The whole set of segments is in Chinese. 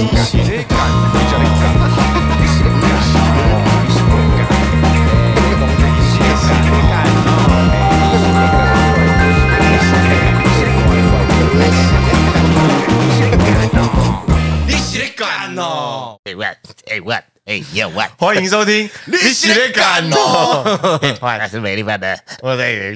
欢迎收听你是在干哦， 我是美丽版的， 我在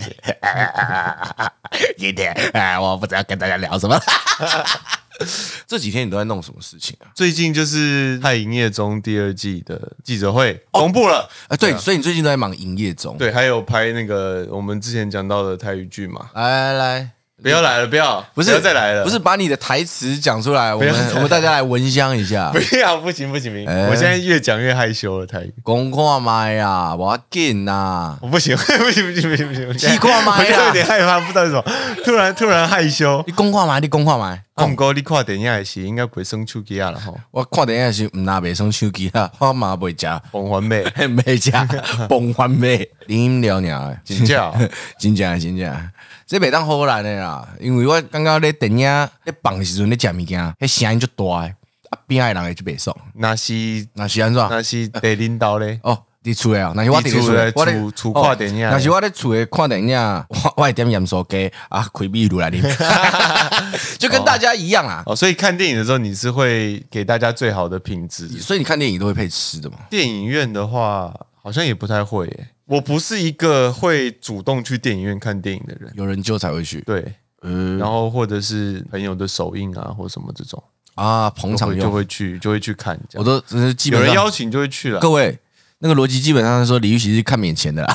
今天我不知道跟大家聊什么。 这几天你都在弄什么事情啊？ 最近就是《太营业中》第2季的记者会公布了对，所以你最近都在忙营业中。 对，还有拍那个我们之前讲到的台语剧嘛。 来， 不要来了，不要再来了， 不是把你的台词讲出来，我们大家来闻香一下。 不要，不行，我现在越讲越害羞了，台语。 讲看麦啊，我要紧呐， 我不行，不行， 气看麦啊， 我就有点害怕，不知道为什么，突然害羞。 你讲看麦， 不过你看电影的时候应该不会生手机啊了吼。 我看电影的时候唔拿袂生手机啊，我嘛袂食崩环妹， 袂食崩环妹，饮料尔， 真假？ 真正，这袂当好难的啦，因为我刚刚咧电影咧放的时阵咧食物件，迄声音就大的，啊边仔的人会就袂爽。 那是安怎？ 那是地领导咧。 哦，你厝诶啊？那是我伫厝看电影。 那是我咧厝诶看电影，我会点盐酥鸡啊，开秘鲁来啉，就跟大家一样啊。 哦，所以看电影的时候你是会给大家最好的品质。 所以你看电影都会配吃的吗？ 电影院的话，好像也不太会耶。我不是一个会主动去电影院看电影的人， 有人就才会去。 对，然后或者是朋友的首映啊，或什么这种啊，捧场就会去看。 我都只是基本上有人邀请就会去了。 各位，那个逻辑基本上是说李玉玺是看免钱的啦，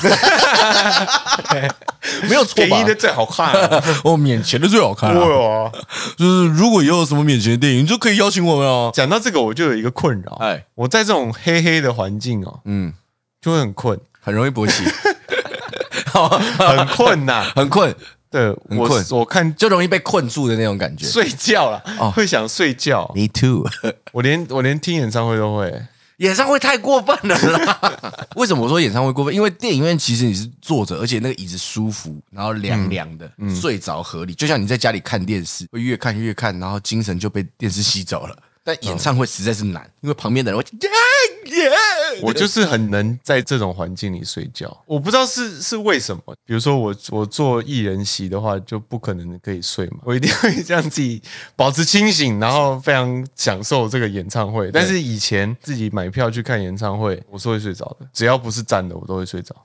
没有错吧？ 便宜的最好看哦，免钱的最好看。 对啊， 就是如果以后有什么免钱的电影，你就可以邀请我们哦。 讲到这个，我就有一个困扰，我在这种黑的环境哦，就会很困。很容易勃起， 很困呐， 很困。 对，我看就容易被困住的那种感觉。 睡觉啦，会想睡觉。 Me too 我连听演唱会都会。 演唱会太过分了啦！为什么我说演唱会过分？因为电影院其实你是坐着，而且那个椅子舒服，然后凉凉的，睡着合理。就像你在家里看电视，会越看，然后精神就被电视吸走了。但演唱会实在是难，因为旁边的人会我就是很能在这种环境里睡觉，我不知道是为什么。比如说我做艺人席的话，就不可能可以睡嘛，我一定会让自己保持清醒，然后非常享受这个演唱会。但是以前自己买票去看演唱会，我是会睡着的，只要不是站的，我都会睡着。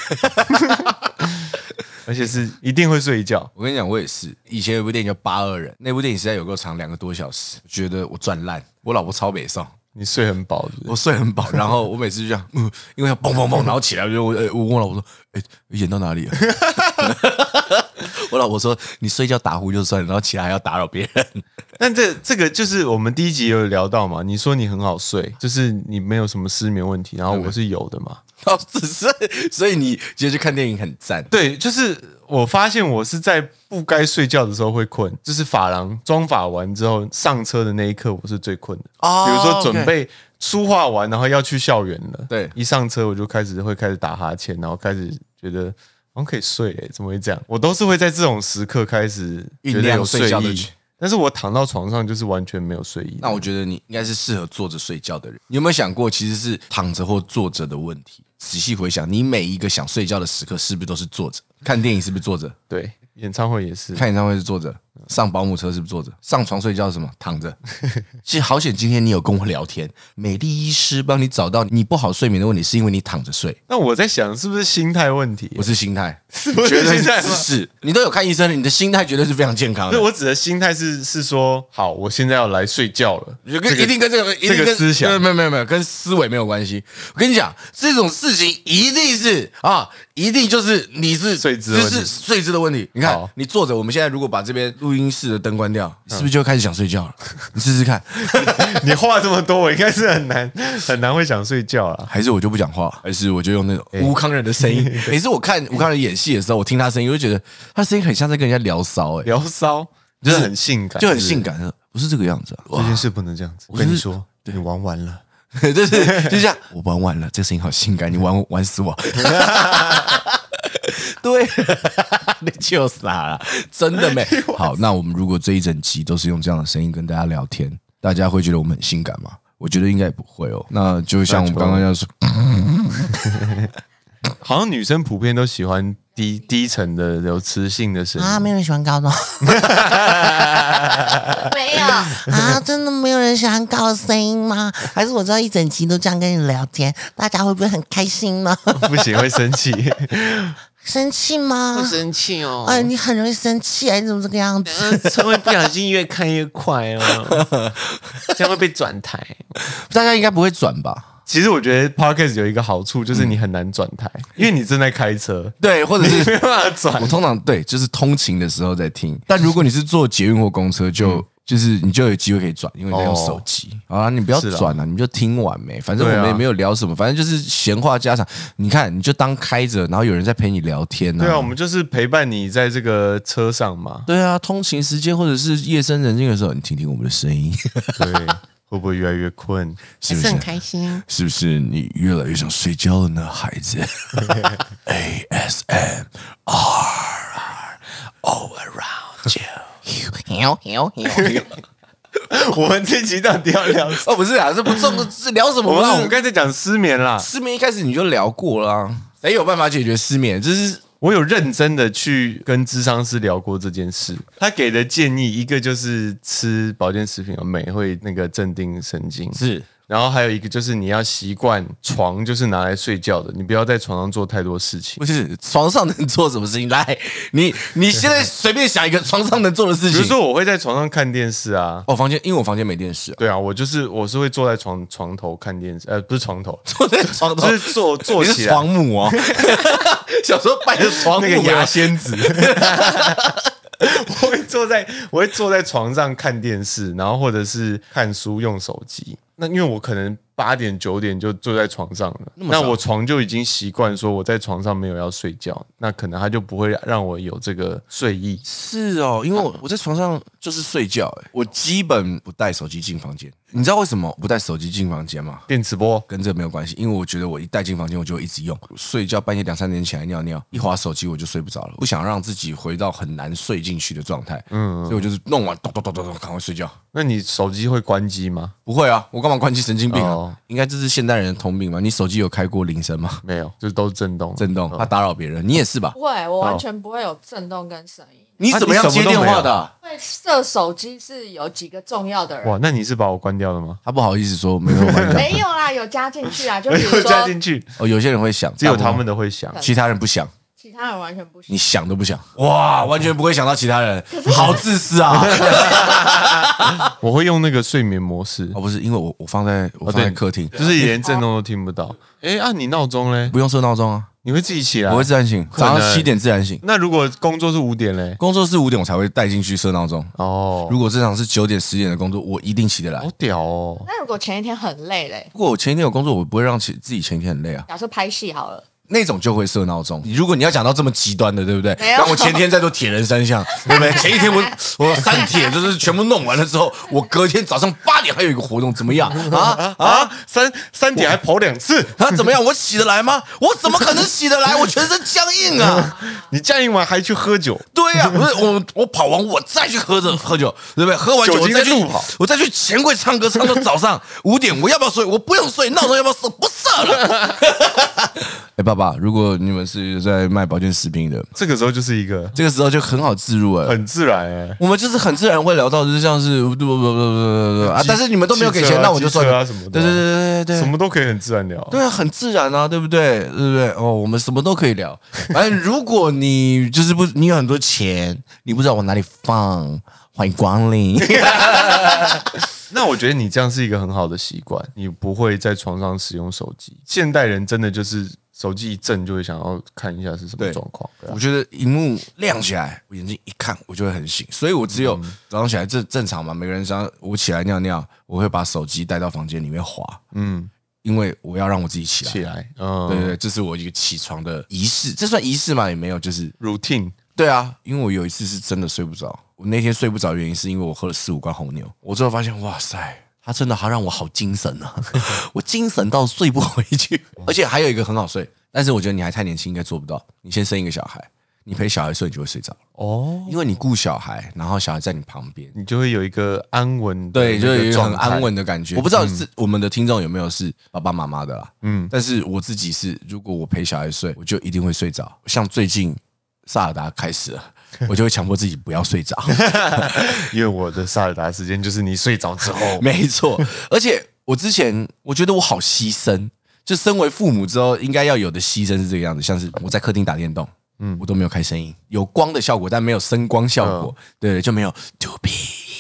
而且是一定会睡一觉。 我跟你讲，我也是。以前有部电影叫《82人》，那部电影实在有够长，2个多小时，觉得我赚烂。我老婆超北宋， 你睡很饱是不是？ 我睡很饱，然后我每次就这样，因为要蹦蹦蹦，然后起来我问老婆说，演到哪里了？我老婆说，你睡觉打呼就算了，然后起来还要打扰别人。 但这个就是我们第1集有聊到嘛，你说你很好睡，就是你没有什么失眠问题，然后我是有的嘛。 只是所以你觉得去看电影很赞？ 对，就是我发现我是在不该睡觉的时候会困，就是发廊妆发完之后上车的那一刻，我是最困的。比如说准备梳化完，然后要去校园了， 对， 一上车我就开始打哈欠，然后开始觉得好像可以睡怎么会这样？我都是会在这种时刻开始觉得有睡意。但是我躺到床上就是完全没有睡意。 那我觉得你应该是适合坐着睡觉的人。你有没有想过，其实是躺着或坐着的问题？仔细回想，你每一个想睡觉的时刻，是不是都是坐着？看电影是不是坐着？ 对，演唱会也是。 看演唱会是坐着，上保姆车是不是坐着？上床睡觉是什么？躺着。其实好险，今天你有跟我聊天，美丽医师帮你找到你不好睡眠的问题，是因为你躺着睡。 那我在想，是不是心态问题？ 不是心态， 绝对是姿势。你都有看医生了，你的心态绝对是非常健康的。 我指的心态是说，好，我现在要来睡觉了， 一定跟这个思想， 没有，跟思维没有关系。我跟你讲，这种事情一定是一定就是你是睡姿的问题。你看，你坐着，我们现在如果把这边录音室的灯关掉，是不是就会开始想睡觉了？你试试看。 你话这么多，我应该是很难会想睡觉了。 还是我就不讲话，还是我就用那种吴康仁的声音。每次我看吴康仁演戏的时候，我听他声音，我就觉得他声音很像在跟人家聊骚， 聊骚就是很性感， 就很性感，不是这个样子。 这件事不能这样子。我跟你说，你玩完了。 就是就这样，我玩完了，这个声音好性感，你玩死我。对，你就傻了，真的没好。那我们如果这一整集都是用这样的声音跟大家聊天， 大家会觉得我们很性感吗？我觉得应该也不会哦。那就像我们刚刚这样说， 好像女生普遍都喜欢低沉的有磁性的声音啊，没有人喜欢高的， 没有啊，真的没有人喜欢高的声音吗？还是我知道一整集都这样跟你聊天，大家会不会很开心呢？ 不行会生气。 生气吗？ 会生气哦。 哎，你很容易生气啊！你怎么这个样子？ 车会不小心越看越快哦，这样会被转台。 大家应该不会转吧？ 其实我觉得 podcast 有一个好处，就是你很难转台，因为你正在开车， 对，或者是没办法转我。通常对，就是通勤的时候在听。但如果你是坐捷运或公车，就是你就有机会可以转，因为你在用手机。好啦，你不要转了，你就听完没？反正我们也没有聊什么，反正就是闲话家常。你看，你就当开着，然后有人在陪你聊天啊。 对啊，我们就是陪伴你在这个车上嘛。 对啊，通勤时间或者是夜深人静的时候，你听听我们的声音， 对，会不会越来越困？ 是不是很开心？ 是不是你越来越想睡觉了呢，孩子？ASMR all around you。 我们这集到底要聊什么？ 哦，不是啊，这不重，是聊什么？ 我们刚才讲失眠啦， 失眠一开始你就聊过了啊，谁有办法解决失眠？这是我有认真的去跟咨商师聊过这件事，他给的建议一个就是吃保健食品有镁会那个镇定神经， 是。 然后还有一个就是你要习惯床就是拿来睡觉的，你不要在床上做太多事情。 不是床上能做什么事情？来，你现在随便想一个床上能做的事情。 比如说我会在床上看电视啊。 哦，因为我房间没电视啊。 对啊，我是会坐在床头看电视，不是床头， 坐在床头， 就是坐你是起来。 床母哦。小时候拜的床母那个牙仙子。我会坐在床上看电视，然后或者是看书用手机。那因为我可能8点9点就坐在床上了，那我床就已经习惯说我在床上没有要睡觉，那可能他就不会让我有这个睡意。 是哦，因为我在床上就是睡觉，我基本不带手机进房间。你知道为什么不带手机进房间吗？ 电磁波跟这没有关系，因为我觉得我一带进房间，我就会一直用。睡觉半夜2、3点起来尿尿，一滑手机我就睡不着了。不想让自己回到很难睡进去的状态，所以我就是弄完咚咚咚咚咚，赶快睡觉。 那你手机会关机吗？ 不会啊，我干嘛关机？神经病啊！ 哦应该这是现代人的通病嘛？你手机有开过铃声吗？ 没有，就是都是震动， 震动，怕打扰别人。你也是吧？ 不会，我完全不会有震动跟声音。 你怎么样接电话的啊？ 会设手机是有几个重要的人。 哇，那你是把我关掉了吗？ 他不好意思说没有关掉。 没有啦，有加进去啊，就比如有加说进去， 哦，有些人会想， 只有他们的会响。 其他人不想。 其他人完全不行。 你想都不想，哇，完全不会想到其他人，好自私啊！ 我会用那个睡眠模式， 哦，不是，因为我放在客厅， 就是连震动都听不到。哎，按你闹钟嘞？ 不用设闹钟啊， 你会自己起来？ 我会自然醒，早上7点自然醒。 那如果工作是5点嘞？ 工作是5点我才会带进去设闹钟。 哦， 如果这场是9点10点的工作，我一定起得来好。屌哦！ 那如果前一天很累嘞， 如果我前一天有工作，我不会让自己前一天很累啊。 假设拍戏好了， 那种就会设闹钟。如果你要讲到这么极端的，对不对？ 没有让我前天在做铁人3项，对不对？前一天我3铁就是全部弄完了之后，我隔天早上8点还有一个活动，怎么样啊？ 三点还跑2次， 啊，怎么样？我洗得来吗？我怎么可能洗得来？我全身僵硬啊！ 你降应完还去喝酒？ 对呀、不是我跑完我再去喝酒，对不对？喝完酒酒精我再去在路跑我再去钱柜唱歌，唱到早上5点，我要不要睡？我不用睡，闹钟要不要设？不设了。哎，爸爸，如果你们是在卖保健食品的， 这个时候就是一个这个时候就很好置入了。 很自然哎。 我们就是很自然会聊到，就是像是啊，但是你们都没有给钱，那我就算了汽车啊什么的对对对对对什么都可以很自然聊。 对啊，很自然啊，对不对？对不对？哦，我们什么都可以聊。反正如果你就是你有很多钱，你不知道往哪里放，欢迎光临。 那我觉得你这样是一个很好的习惯，你不会在床上使用手机。现代人真的就是手机一震就会想要看一下是什么状况。对啊我觉得荧幕亮起来，我眼睛一看，我就会很醒。所以我只有早上起来正常嘛，每个人早上我起来尿尿，我会把手机带到房间里面滑。因为我要让我自己起来。对对对，这是我一个起床的仪式，这算仪式吗？也没有，就是 routine。 对啊，因为我有一次是真的睡不着，我那天睡不着的原因是因为我喝了4、5罐红牛，我最后发现，哇塞，他真的好让我好精神啊，我精神到睡不回去，而且还有一个很好睡，但是我觉得你还太年轻，应该做不到，你先生一个小孩， 你陪小孩睡，你就会睡着哦， 因为你顾小孩，然后小孩在你旁边， 你就会有一个安稳的， 对，就有一个很安稳的感觉。我不知道是我们的听众有没有是爸爸妈妈的啦，但是我自己是，如果我陪小孩睡，我就一定会睡着。像最近萨尔达开始了，我就会强迫自己不要睡着， 因为我的萨尔达时间就是你睡着之后， 没错。而且我之前我觉得我好牺牲，就身为父母之后应该要有的牺牲是这个样子，像是我在客厅打电动。我都没有开声音，有光的效果，但没有声光效果，对，就没有 to be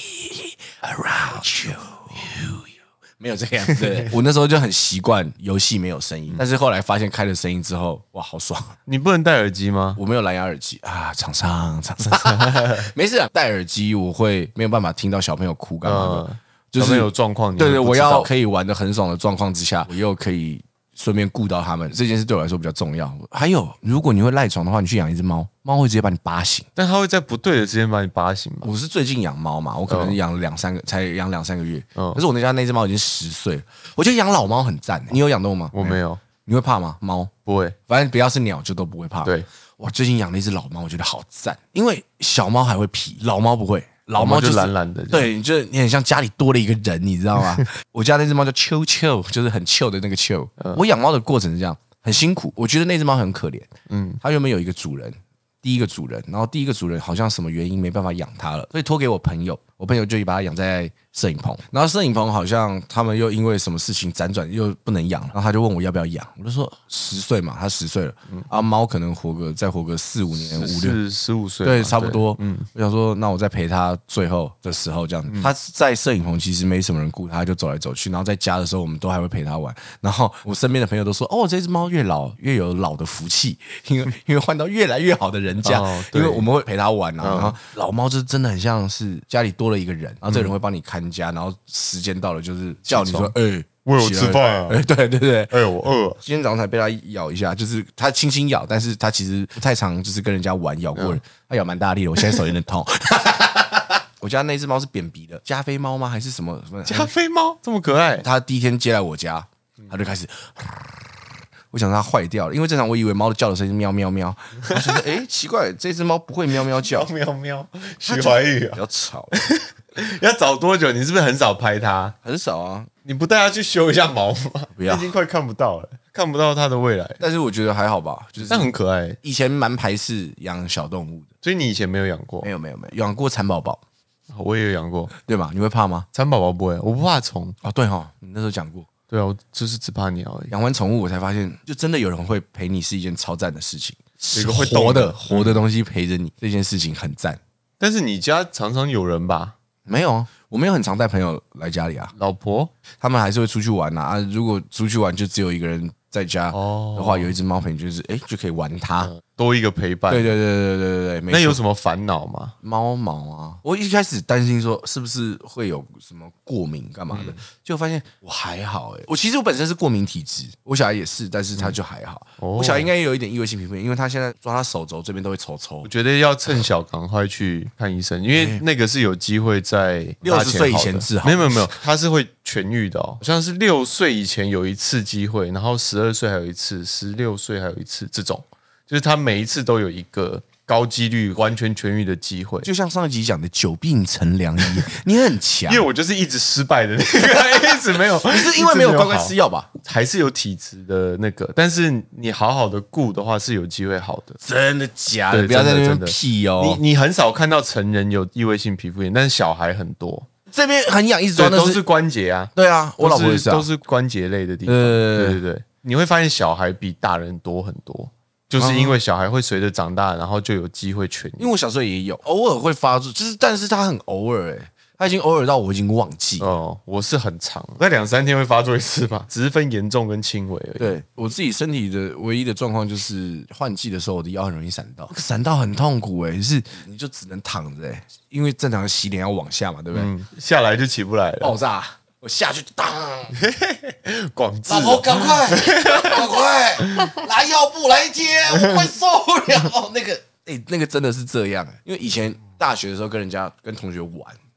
around you， 没有这个样子。我那时候就很习惯游戏没有声音，但是后来发现开了声音之后，哇，好爽！ 你不能戴耳机吗？ 我没有蓝牙耳机啊，厂商，没事啊，戴耳机我会没有办法听到小朋友哭干嘛的， 就是有状况， 对，我要可以玩的很爽的状况之下，我又可以。顺便顾到他们这件事对我来说比较重要。还有，如果你会赖床的话，你去养一只猫，猫会直接把你扒醒， 但它会在不对的时间把你扒醒吗？ 我是最近养猫嘛，我可能养了才养两三个月，可是我那家那只猫已经10岁了。我觉得养老猫很赞，你有养动物吗？ 我没有。 你会怕吗？猫不会， 反正不要是鸟就都不会怕。 对， 哇，最近养了一只老猫，我觉得好赞，因为小猫还会皮，老猫不会。老猫就是懒懒的， 对，就是你很像家里多了一个人，你知道吗？我家那只猫叫秋秋，就是很秋的那个秋。我养猫的过程是这样，很辛苦。我觉得那只猫很可怜，它原本有一个主人，第一个主人，然后第一个主人好像什么原因没办法养它了，所以托给我朋友，我朋友就把它养在摄影棚，然后摄影棚好像他们又因为什么事情辗转又不能养，然后他就问我要不要养，我就说10岁嘛，他10岁了，猫可能再活个4、5年、5、6、 15岁， 对，差不多。我想说，那我再陪他最后的时候这样子。他在摄影棚其实没什么人顾他，就走来走去，然后在家的时候我们都还会陪他玩。然后我身边的朋友都说，哦，这只猫越老越有老的福气，因为换到越来越好的人家，因为我们会陪他玩啊。然后老猫就是真的很像是家里多了一个人，然后这个人会帮你看家，然后时间到了就是叫你说， 我有吃饭啊， 对对对， 我饿。 今天早上才被他咬一下，就是他轻轻咬，但是他其实不太常就是跟人家玩咬过人，他咬蛮大力的，我现在手有点痛。我家那只猫是扁鼻的，加菲猫吗？还是什么？ 加菲猫这么可爱？ 他第一天接来我家，他就开始。我想它坏掉了，因为正常我以为猫的叫的声音是喵喵喵，我觉得奇怪，这只猫不会喵喵叫， 喵喵。徐怀钰比较吵， 要找多久？你是不是很少拍它？ 很少啊， 你不带它去修一下毛吗？ 不要， 已经快看不到了，看不到它的未来。 但是我觉得还好吧，就是但很可爱。 以前蛮排斥养小动物的， 所以你以前没有养过？ 没有，养过蚕宝宝。 我也有养过， 对吧？你会怕吗？ 蚕宝宝不会，我不怕虫。 哦，对哈，你那时候讲过。 对啊，我就是只怕鸟而已。 养完宠物，我才发现，就真的有人会陪你是一件超赞的事情。 有一个会动的活的东西陪着你，这件事情很赞。 但是你家常常有人吧？ 没有啊，我没有很常带朋友来家里啊。 老婆他们还是会出去玩啊。如果出去玩就只有一个人在家的话，有一只猫陪你，就是就可以玩它， 多一个陪伴。 对， 那有什么烦恼吗？ 猫毛啊，我一开始担心说是不是会有什么过敏干嘛的，结果发现我还好我其实我本身是过敏体质，我小孩也是，但是他就还好。我小孩应该也有一点异位性皮肤炎，因为他现在抓他手肘这边都会抽。 我觉得要趁小赶快去看医生，因为那个是有机会在 60岁以前治好。 没有，他是会痊愈的好像是6岁以前有一次机会，然后12岁还有一次，16岁还有一次，这种就是他每一次都有一个高几率完全痊愈的机会。 就像上一集讲的久病成良医，你很强。 因为我就是一直失败的那个，一直没有。 你是因为没有乖乖吃药吧？ 还是有体质的那个，但是你好好的顾的话是有机会好的。 真的假的？不要在那边屁哦！ 你很少看到成人有异位性皮肤炎，但是小孩很多。 这边很痒，一直抓都是关节啊。 对啊，我老婆也是， 都是关节类的地方。对，你会发现小孩比大人多很多，就是因为小孩会随着长大，然后就有机会痊愈。 因为我小时候也有，偶尔会发作，但是他很偶尔他已经偶尔到我已经忘记我是很长，在2-3天会发作一次吧，只是分严重跟轻微而已。 对我自己身体的唯一的状况就是换季的时候，我的腰很容易闪到，闪到很痛苦就是你就只能躺着因为正常洗脸要往下嘛，对不对？ 下来就起不来了， 爆炸，我下去当， 广智， 老婆赶快来药布来贴，我快受不了那个真的是这样因为以前大学的时候跟同学玩。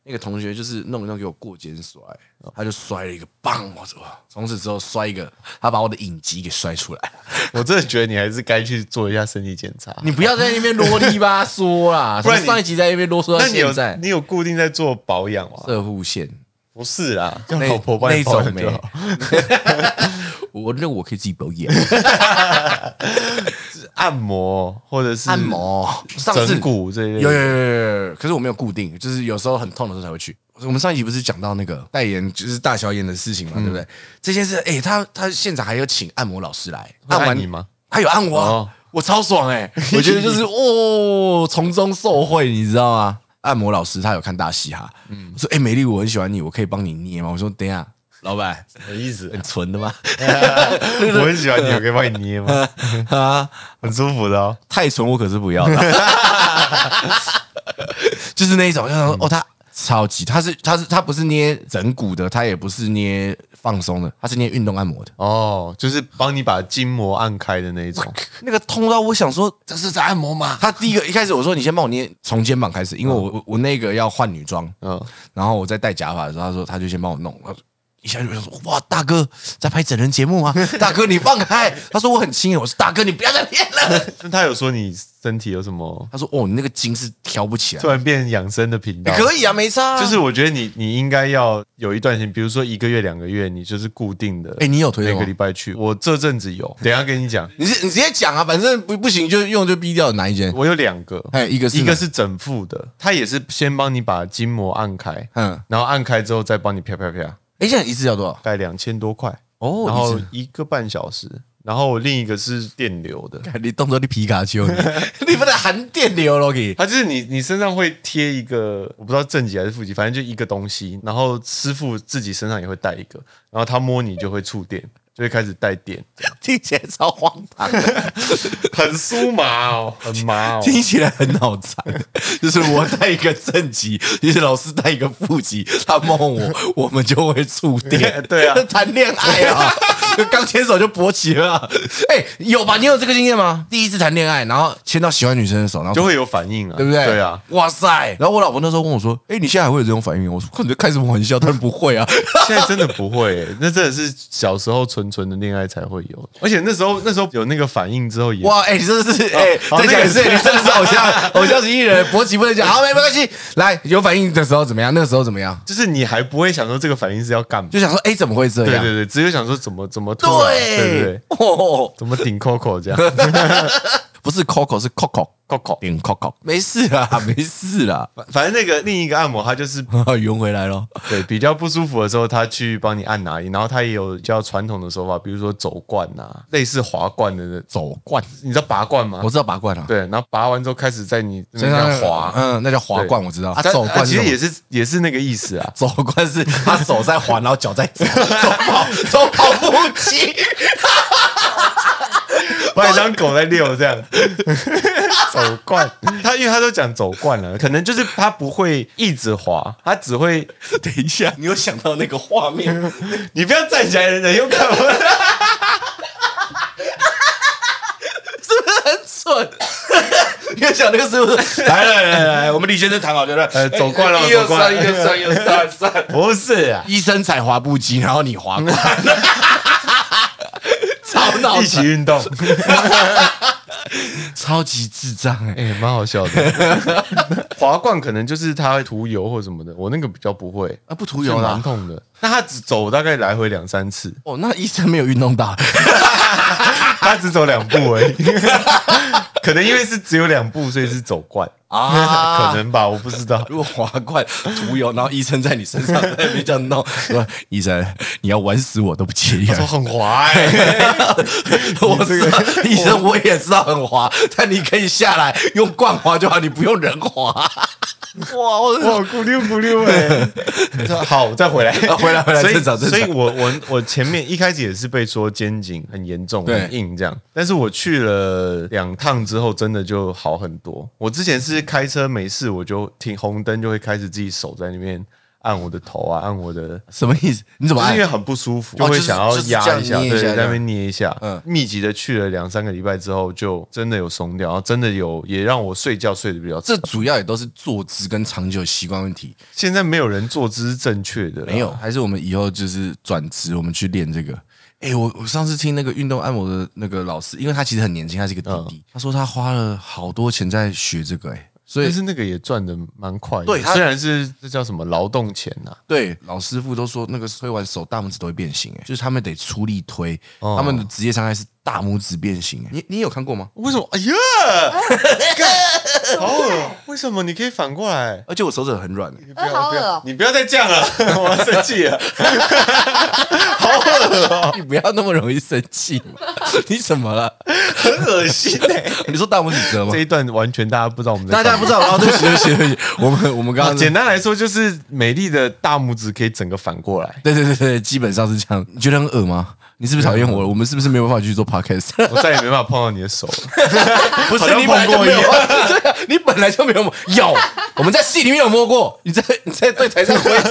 那个同学就是弄一弄给我过肩摔，他就摔了一个棒，我说从此之后摔一个，他把我的隐疾给摔出来。 我真的觉得你还是该去做一下身体检查。 你不要在那边啰里吧嗦啦， 不然从上一集在那边啰嗦到那现在。 你有固定在做保养吗？ 射护线不是啦，叫那老婆帮你保养就好。 我认为我可以自己保养。 按摩或者是按摩，上次整骨这一类的。 有，可是我没有固定，就是有时候很痛的时候才会去。我们上一集不是讲到那个代言，就是大小眼的事情嘛，对不对？这件事，他现场还有请按摩老师来会按完按你吗？ 他有按我啊， 哦我超爽我觉得就是从中受惠，你知道吗？按摩老师他有看大嘻哈，我说美丽我很喜欢你，我可以帮你捏吗？我说等一下，老板什么意思？ 很纯的吗？ 我很喜欢你，我可以帮你捏吗？ 啊， 很舒服的哦。 太纯我可是不要的，就是那一种，就想说他超级，他不是捏整骨的，他也不是捏放松的，他是捏运动按摩的。 哦，就是帮你把筋膜按开的那一种。 那个痛到我想说这是在按摩吗？他第一个一开始我说你先帮我捏从肩膀开始，因为我那个要换女装，然后我在戴假发的时候，他就先帮我弄。一下就说哇，大哥在拍整人节目吗？大哥你放开！他说我很轻，我说大哥你不要再骗了。 那他有说你身体有什么？ 他说哦，你那个筋是挑不起来突。然变养生的频道， 可以啊，没差啊。 就是我觉得你应该要有一段时间，比如说1个月、2个月，你就是固定的。 你有推每吗个礼拜去？我这阵子有，等一下跟你讲。 你直接讲啊，反正不行就用就逼掉哪一间？ 我有2个， 一个是整副的，他也是先帮你把筋膜按开，然后按开之后再帮你啪啪啪。 现在一次要多少？ 大概2000多块哦， 然后1个半小时，然后另一个是电流的， 你动作你皮卡丘，你不能含电流了给。 它就是你身上会贴一个，我不知道正极还是负极，反正就一个东西，然后师傅自己身上也会带一个，然后他摸你就会触电，就会开始带电， 听起来超荒唐的， 很酥麻哦，很麻哦。 听起来很脑残。就是我带一个正极，其实老师带一个负极，他摸我们就会触电。 对啊谈恋爱啊，刚牵手就勃起了。有吧？你有这个经验吗？第一次谈恋爱，然后牵到喜欢女生的手，然后就会有反应啊， 对不对？ 对啊， 哇塞！然后我老婆那时候问我说：“你现在还会有这种反应？”我说：“你在开什么玩笑？当然不会啊！ 现在真的不会欸，那真的是小时候纯的恋爱才会有，而且那时候有那个反应之后也哇，你真的是好再讲一次， 那个你真的是偶像型艺人，勃起不能讲，好，没关系。来，有反应的时候怎么样？那个时候怎么样？ 就是你还不会想说这个反应是要干嘛， 就想说，怎么会这样？ 对对对，只有想说怎么突然，对不对？ 哦， 怎么顶 Coco 这样？ 不是 Coco 是 Coco 顶 Coco，没事啦，没事啦， 反正那个另一个按摩，他就是圆回来咯。 对比较不舒服的时候，他去帮你按哪里，然后他也有比较传统的手法，比如说走罐啊，类似滑罐的走罐， 你知道拔罐吗？ 我知道拔罐啊， 对，然后拔完之后开始在你身身上上滑， 那叫滑罐，我知道。 但走罐其实是什么也是那个意思啊。 走罐是他手在滑，然后脚在走跑步机。 把你当狗在遛这样，走惯。因为他都讲走惯了，可能就是他不会一直滑，他只会等一下，你有想到那个画面？ 你不要站起来，人又干嘛？ 是不是很蠢？你有想那个是不是？来，我们李先生谈好对不对？ 走惯了， 1 2 3 1 2 3 1 2 3 3， 不是啊， 医生踩滑步机，然后你滑惯，超脑一起运动， 超级智障蛮好笑的。滑罐可能就是他会涂油或什么的，我那个比较不会啊，不涂油啦蛮痛的。那他只走大概来回2、3次， 哦，那医生没有运动到， 他只走2步而已。可能因为是只有2步，所以是走惯啊可能吧，我不知道。 如果滑罐涂油，然后医生在你身上在那边这样弄，说医生你要玩死我都不介意啊。 说很滑我知道，医生我也知道很滑，但你可以下来用罐滑就好，你不用人滑。哇， 哇，咕溜哎！好，再回来， 回来， 所以正常。 所以我前面一开始也是被说肩颈很严重、很硬这样，但是我去了2趟之后，真的就好很多。我之前是开车没事，我就停红灯就会开始自己手在那边按我的头啊，按我的。 什么意思？你怎么按就是因为？很不舒服，就会想要就是压一下，对， 这样捏一下在那边捏一下。 嗯密集的去了2-3个礼拜之后，就真的有松掉，然后真的也让我睡觉睡得比较这主要也都是坐姿跟长久习惯问题。 现在没有人坐姿是正确的啦， 没有，还是我们以后就是转职，我们去练这个。我上次听那个运动按摩的那个老师，因为他其实很年轻，他是一个弟弟，他说他花了好多钱在学这个，所以但是那个也赚的蛮快的。 对他虽然是这叫什么劳动钱呐， 对老师傅都说那个推完手大拇指都会变形，就是他们得出力推，他们的职业伤害是大拇指变形。你有看过吗？ 为什么？哎呀，干好恶哦！为什么你可以反过来？ 而且我手指很软， 你不要，你不要再这样了，我要生气了。好恶哦， 你不要那么容易生气嘛！你怎么了？ 很恶心哎！ 你说大拇指折吗这？一段完全大家不知道我们在干嘛， 大家不知道哦，对不起，对不起，对不起，我们刚刚简单来说，就是美丽的大拇指可以整个反过来。 对，基本上是这样。你觉得很恶吗？你是不是讨厌我了？我们是不是没有办法继续做 podcast？ 我再也没办法碰到你的手了。 不好像你本来就没有， 碰过一对啊，你本来就没有摸，有我们在戏里面有摸过。你在对台上挥手，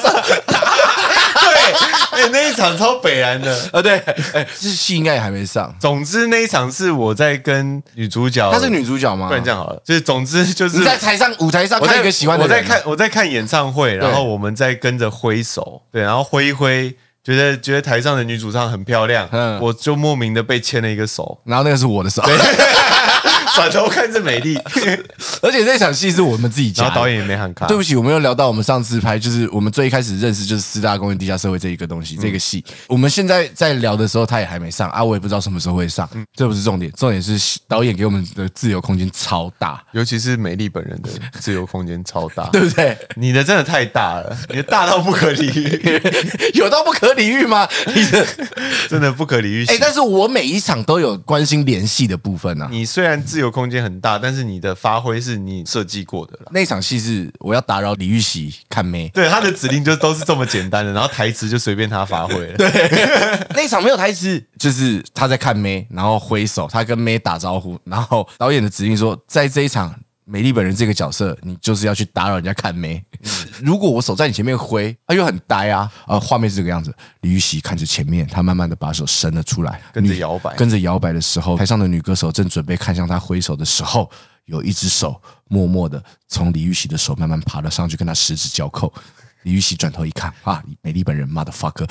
对，那一场超北蓝的。 对，这戏应该也还没上。 总之那一场是我在跟女主角， 她是女主角吗？ 不然这样好了，就是总之就是你在舞台上我看一个喜欢的人， 我在看演唱会，然后我们在跟着挥手，对，然后挥一挥，觉得台上的女主唱很漂亮，我就莫名的被牵了一个手， 然后那个是我的手， 转头看是美丽， 而且这场戏是我们自己加的。 然后导演也没喊卡。 对不起，我们又聊到我们上次拍，就是我们最一开始认识就是四大公园地下社会这一个东西，这个戏。我们现在在聊的时候，他也还没上啊，我也不知道什么时候会上。这不是重点，重点是导演给我们的自由空间超大， 尤其是美丽本人的自由空间超大， 对不对？ 你的真的太大了，你的大到不可理喻， 有到不可理喻吗？你的真的不可理喻。 但是我每一场都有关心联系的部分啊。 你虽然自由空间很大，但是你的发挥是你设计过的啦。 那场戏是我要打扰李玉玺看妹， 对，他的指令就都是这么简单的，然后台词就随便他发挥了。 那场没有台词，就是他在看妹，然后挥手，他跟妹打招呼，然后导演的指令说，在这一场美丽本人这个角色，你就是要去打扰人家看妹。如果我手在你前面挥，他又很呆啊，画面是这个样子，李玉玺看着前面，他慢慢的把手伸了出来， 跟着摇摆跟着摇摆的时候，台上的女歌手正准备看向他挥手的时候，有一只手默默的从李玉玺的手慢慢爬了上去，跟他十指交扣。李玉玺转头一看，啊，美丽本人 motherfucker，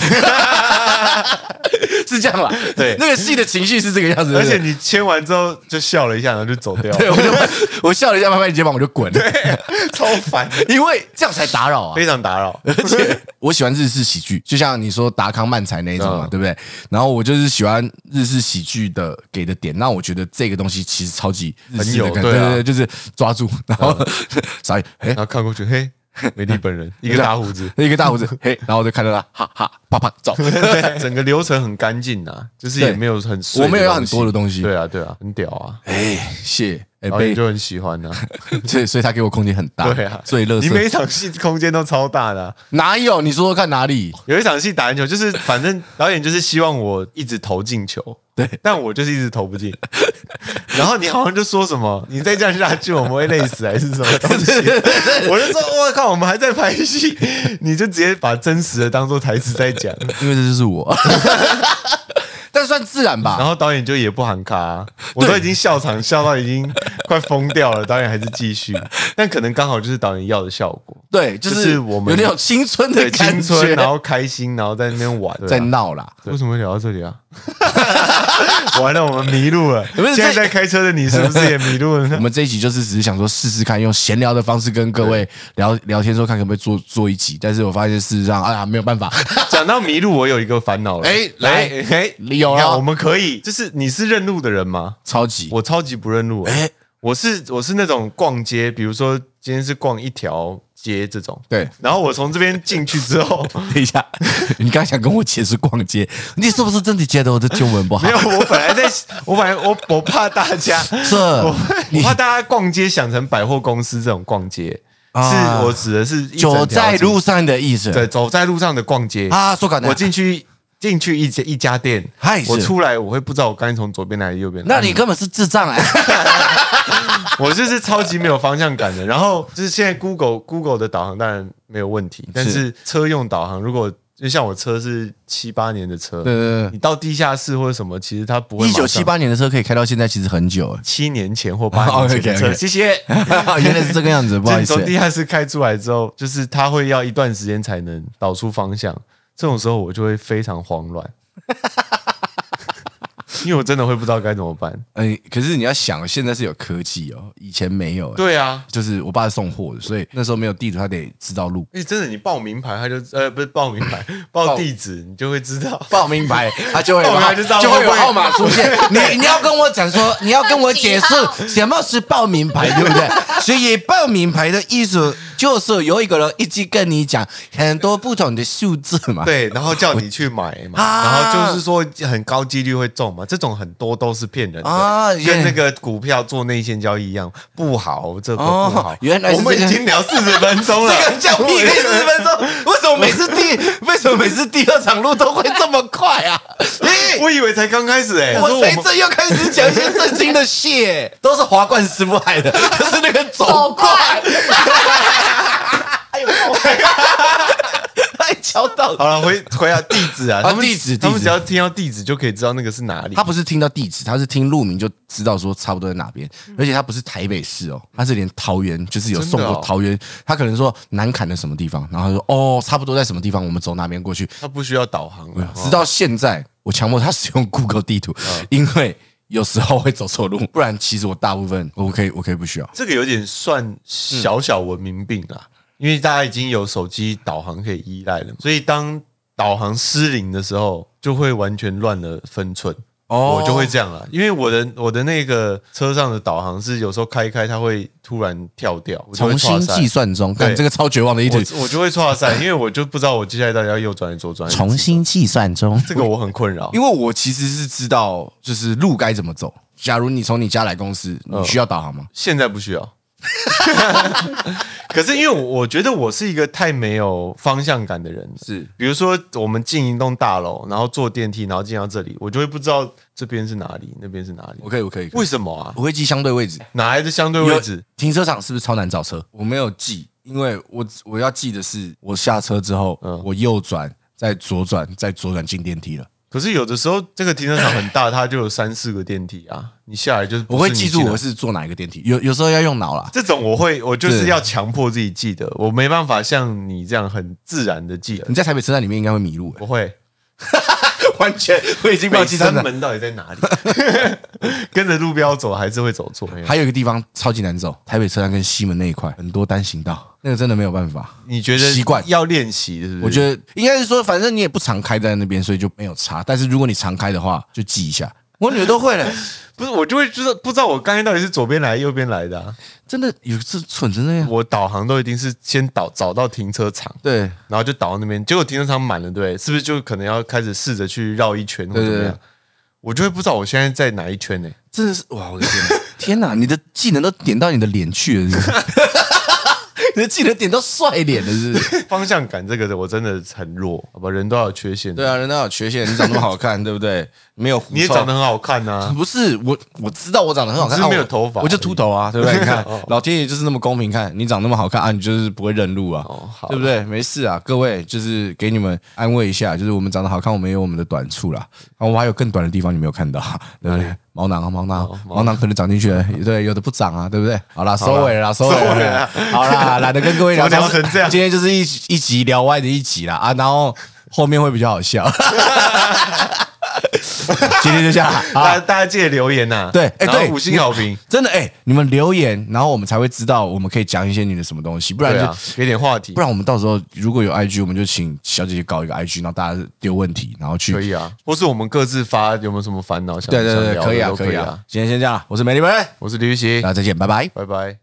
是这样吧？ 对， 那个戏的情绪是这个样子， 而且你签完之后就笑了一下，然后就走掉了。 对，我笑了一下，拍拍你肩膀，我就滚了， 超烦的， 因为这样才打扰啊。 非常打扰。 而且我喜欢日式喜剧，就像你说达康漫才那一种嘛，对不对？然后我就是喜欢日式喜剧的给的点，那我觉得这个东西其实超级日式的感觉，对，就是抓住，然后傻眼， 然后看过去，嘿。美丽本人，一个大胡子， 一个大胡子，嘿，然后我就看到他，哈哈，啪啪走， 整个流程很干净啊，就是也没有很碎， 我没有要很多的东西， 对啊，很屌啊， 谢， 导演就很喜欢啊， 所以他给我空间很大， 对啊， 最乐色， 你每一场戏空间都超大的， 哪有？你说说看哪里？ 有一场戏打篮球，就是反正导演就是希望我一直投进球， 对， 但我就是一直投不进，然后你好像就说什么，你再这样下去我们会累死还是什么东西？我就说我靠，我们还在拍戏，你就直接把真实的当做台词在讲， 因为这就是我。但算自然吧。 然后导演就也不喊卡，我都已经笑场笑到已经快疯掉了，导演还是继续。但可能刚好就是导演要的效果， 对，就是我们有那种青春的感觉， 青春，然后开心，然后在那边玩， 在闹啦。 为什么会聊到这里啊？完了，我们迷路了。 不是现在在开车的你是不是也迷路了呢？ 我们这一集就是只是想说试试看，用闲聊的方式跟各位聊天，说看可不可以做一集。但是我发现事实上，哎呀，没有办法。 讲到迷路，我有一个烦恼了。 来，有啊，我们可以，就是你是认路的人吗？ 超级， 我超级不认路。我是那种逛街，比如说今天是逛一条街这种， 对。 然后我从这边进去之后， 等一下，你刚才想跟我解释逛街，你是不是真的觉得我的中文不好？ 没有，我怕大家，我怕大家逛街想成百货公司这种逛街，是我指的是走在路上的意思。 对，走在路上的逛街啊，说我进去一家店，我出来我会不知道我刚才从左边来右边， 那你根本是智障啊！ 我就是超级没有方向感的。然后就是现在 Google 的导航当然没有问题，但是车用导航如果就像我车是7、8年的车， 对， 你到地下室或者什么，其实它不会马上。 1978年的车可以开到现在，其实很久了。 7年前或8年前的车， OK， 谢谢。 原来是这个样子，不好意思就你。从地下室开出来之后，就是它会要一段时间才能导出方向，这种时候我就会非常慌乱。因为我真的会不知道该怎么办。 可是你要想，现在是有科技哦，以前没有。 对啊， 就是我爸是送货的，所以那时候没有地图，他得知道路。 真的，你报名牌，他就不是报名牌，报地址，你就会知道。 报名牌，他就会报名牌就知道就会有号码出现。你要跟我讲说，你要跟我解释什么是报名牌，对不对？所以报名牌的意思就是有一个人一直跟你讲很多不同的数字嘛。 对，然后叫你去买嘛，然后就是说很高几率会中嘛，这种很多都是骗人的啊， 跟那个股票做内线交易一样，不好，这个不好。 原来是我们已经聊40分钟了， 这个叫屁可以40分钟，为什么每次第二场路都会这么快啊？ 我以为才刚开始我才正要开始讲一些正经的戏，都是华冠师傅害的，就是那个走快。哎呦，太敲到。 好了，回到地址啊， 地址他们只要听到地址就可以知道那个是哪里。 他不是听到地址，他是听路名就知道说差不多在哪边，而且他不是台北市哦，他是连桃园就是有送过桃园，他可能说南坎的什么地方，然后他说哦差不多在什么地方，我们走哪边过去。 他不需要导航了， 直到现在我强迫他使用 Google 地图，因为有时候会走错路，不然其实我大部分我可以不需要。 这个有点算小文明病啦。因为大家已经有手机导航可以依赖了，所以当导航失灵的时候，就会完全乱了分寸。我就会这样啦，因为我的那个车上的导航是有时候开一开，它会突然跳掉， 重新计算中。看这个超绝望的一题， 我就会错赛，因为我就不知道我接下来到底要右转还是左转。 重新计算中， 这个我很困扰， 因为我其实是知道就是路该怎么走。假如你从你家来公司，你需要导航吗？ 现在不需要。可是因为我觉得我是一个太没有方向感的人， 是比如说我们进一栋大楼，然后坐电梯，然后进到这里，我就会不知道这边是哪里，那边是哪里。 我可以。 为什么啊？ 我会记相对位置， 哪来的相对位置？ 停车场是不是超难找车？我没有记，因为我要记的是，我下车之后，我右转，再左转进电梯了。 可是有的时候这个停车场很大，它就有3、4个电梯啊，你下来就是我会记住我是坐哪一个电梯，有时候要用脑啦。 这种我就是要强迫自己记得，我没办法像你这样很自然的记得。 你在台北车站里面应该会迷路， 不会。 完全我已经忘记北山门到底在哪里，跟着路标走还是会走错。 还有一个地方超级难走，台北车站跟西门那一块很多单行道，那个真的没有办法。 你觉得习惯要练习是不是？ 我觉得应该是说，反正你也不常开在那边，所以就没有差。但是如果你常开的话，就记一下。我女儿都会了， 不是我就会就是不知道我刚才到底是左边来右边来的啊。 真的有这蠢成那样。 我导航都一定是先找到停车场， 对， 然后就导到那边，结果停车场满了，对，是不是就可能要开始试着去绕一圈或者怎么样？我就会不知道我现在在哪一圈呢？ 真的是哇！我的天哪，天哪，你的技能都点到你的脸去了是不是你的技能点到帅脸了是不是？ 方向感这个我真的很弱，好吧，人都要有缺陷。 对啊，人都有缺陷。你长那么好看，对不对？没有狐臭， 你也长得很好看啊。 不是我知道我长得很好看， 只是没有头发我就秃头啊，对不对？你看老天爷就是那么公平，看你长那么好看啊，你就是不会认路啊，对不对？没事啊，各位就是给你们安慰一下，就是我们长得好看，我们也有我们的短处啦，我们还有更短的地方你没有看到，对不对？毛囊可能长进去了，对，有的不长啊，对不对？好啦，收尾了，好啦，懒得跟各位聊成这样， 今天就是一集聊歪的一集啦啊，然后后面会比较好笑。今天就这样， 大家记得留言呐， 对，对 ，5星好评， 真的你们留言，然后我们才会知道我们可以讲一些你的什么东西，不然就给点话题， 不然我们到时候如果有 IG， 我们就请小姐姐搞一个 IG， 然后大家丢问题，然后去可以啊，或是我们各自发有没有什么烦恼想聊的， 对，可以啊，今天先这样，我是美丽本人， 我是吕喜， 大家再见，拜拜， 拜拜。